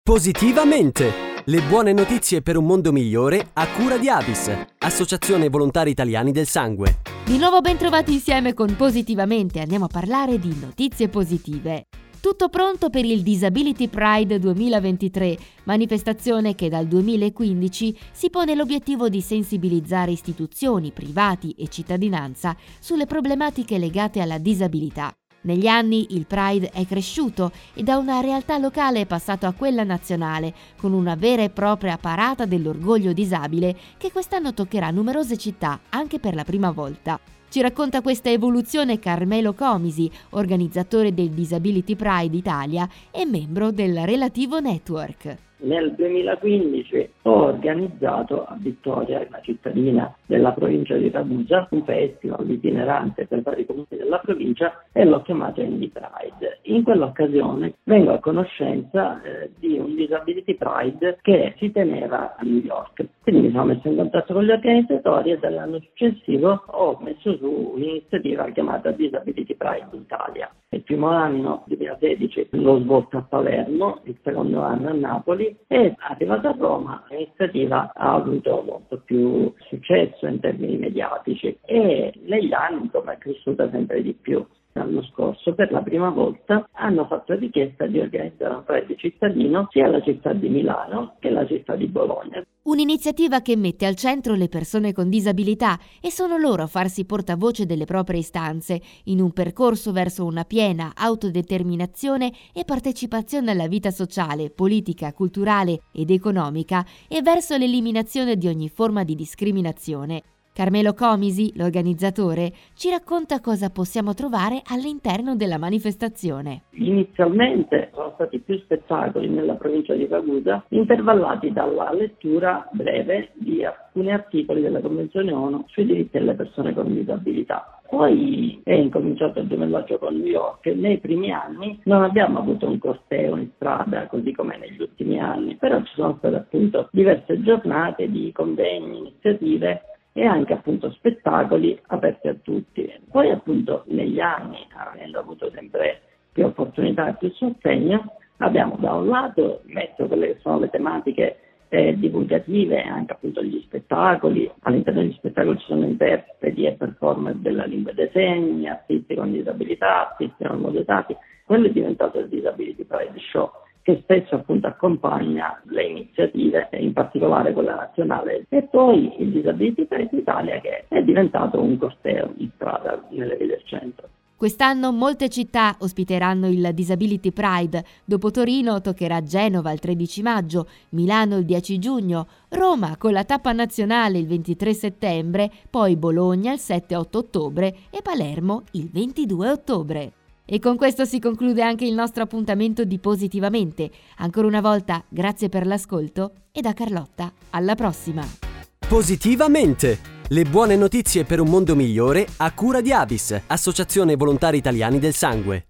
Positivamente! Le buone notizie per un mondo migliore a cura di Avis, Associazione Volontari Italiani del Sangue. Di nuovo ben trovati insieme con Positivamente, andiamo a parlare di notizie positive. Tutto pronto per il Disability Pride 2023, manifestazione che dal 2015 si pone l'obiettivo di sensibilizzare istituzioni, privati e cittadinanza sulle problematiche legate alla disabilità. Negli anni il Pride è cresciuto e da una realtà locale è passato a quella nazionale, con una vera e propria parata dell'orgoglio disabile che quest'anno toccherà numerose città, anche per la prima volta. Ci racconta questa evoluzione Carmelo Comisi, organizzatore del Disability Pride Italia e membro del relativo network. Nel 2015 ho organizzato a Vittoria, una cittadina della provincia di Ragusa, un festival itinerante per vari comuni della provincia e l'ho chiamato Indie Pride. In quell'occasione vengo a conoscenza di un Disability Pride che si teneva a New York. Quindi mi sono messo in contatto con gli organizzatori e dall'anno successivo ho messo su un'iniziativa chiamata Disability Pride Italia. Il primo anno, 2016, l'ho svolto a Palermo, il secondo anno a Napoli e arrivato a Roma l'iniziativa ha avuto molto più successo in termini mediatici e negli anni è cresciuta sempre di più. L'anno scorso per la prima volta hanno fatto richiesta di organizzare un Pride cittadino sia la città di Milano che la città di Bologna. Un'iniziativa che mette al centro le persone con disabilità e sono loro a farsi portavoce delle proprie istanze in un percorso verso una piena autodeterminazione e partecipazione alla vita sociale, politica, culturale ed economica e verso l'eliminazione di ogni forma di discriminazione. Carmelo Comisi, l'organizzatore, ci racconta cosa possiamo trovare all'interno della manifestazione. Inizialmente sono stati più spettacoli nella provincia di Ragusa, intervallati dalla lettura breve di alcuni articoli della Convenzione ONU sui diritti delle persone con disabilità. Poi è incominciato il gemellaggio con New York e nei primi anni non abbiamo avuto un corteo in strada così come negli ultimi anni, però ci sono state appunto diverse giornate di convegni, iniziative e anche appunto spettacoli aperti a tutti. Poi appunto negli anni, avendo avuto sempre più opportunità e più sostegno, abbiamo da un lato messo quelle che sono le tematiche divulgative e anche appunto gli spettacoli. All'interno degli spettacoli ci sono interpreti e performer della lingua dei segni, artisti con disabilità, artisti non modetati. Quello è diventato il Disability Pride Show, che spesso appunto accompagna le iniziative, in particolare quella nazionale, e poi il Disability Pride Italia che è diventato un corteo in strada nelle vie del centro. Quest'anno molte città ospiteranno il Disability Pride. Dopo Torino toccherà Genova il 13 maggio, Milano il 10 giugno, Roma con la tappa nazionale il 23 settembre, poi Bologna il 7-8 ottobre e Palermo il 22 ottobre. E con questo si conclude anche il nostro appuntamento di Positivamente. Ancora una volta, grazie per l'ascolto e da Carlotta, alla prossima! Positivamente! Le buone notizie per un mondo migliore a cura di Avis, Associazione Volontari Italiani del Sangue.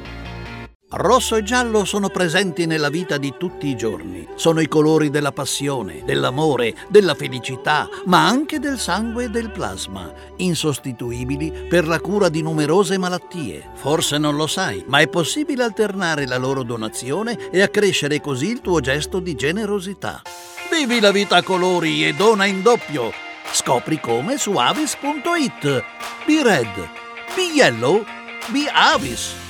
Rosso e giallo sono presenti nella vita di tutti i giorni. Sono i colori della passione, dell'amore, della felicità, ma anche del sangue e del plasma, insostituibili per la cura di numerose malattie. Forse non lo sai, ma è possibile alternare la loro donazione e accrescere così il tuo gesto di generosità. Vivi la vita a colori e dona in doppio. Scopri come su avis.it. Be red, be yellow, be Avis.